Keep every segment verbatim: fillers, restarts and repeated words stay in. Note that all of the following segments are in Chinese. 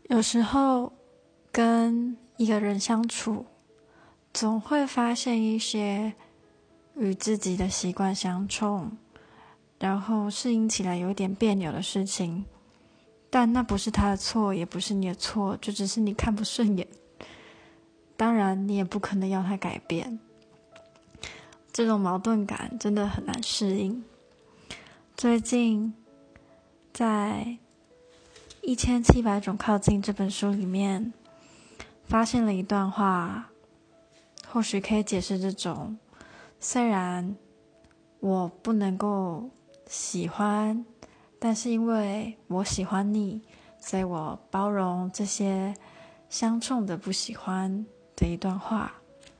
有时候跟一个人相处，总会发现一些与自己的习惯相冲，然后适应起来有一点别扭的事情，但那不是他的错，也不是你的错，就只是你看不顺眼。当然你也不可能要他改变，这种矛盾感真的很难适应。最近在一千七百种靠近这本书里面发现了一段话，或许可以解释这种虽然我不能够喜欢，但是因为我喜欢你，所以我包容这些相冲的不喜欢的一段话。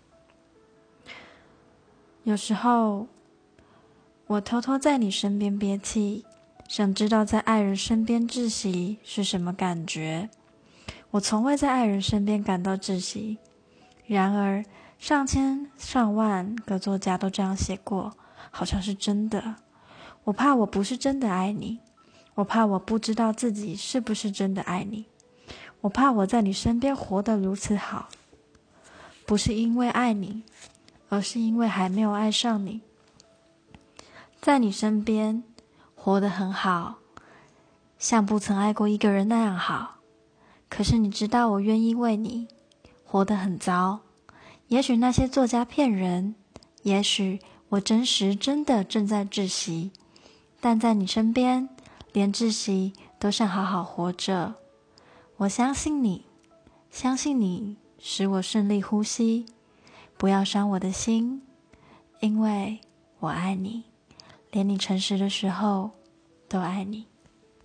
有时候我偷偷在你身边憋气，想知道在爱人身边窒息是什么感觉。我从未在爱人身边感到窒息，然而上千上万个作家都这样写过，好像是真的。我怕我不是真的爱你，我怕我不知道自己是不是真的爱你，我怕我在你身边活得如此好，不是因为爱你，而是因为还没有爱上你。在你身边活得很好，像不曾爱过一个人那样好。可是你知道我愿意为你活得很糟。也许那些作家骗人，也许我真实真的正在窒息，但在你身边连窒息都像好好活着。我相信你，相信你使我顺利呼吸。不要伤我的心，因为我爱你，连你诚实的时候都爱你。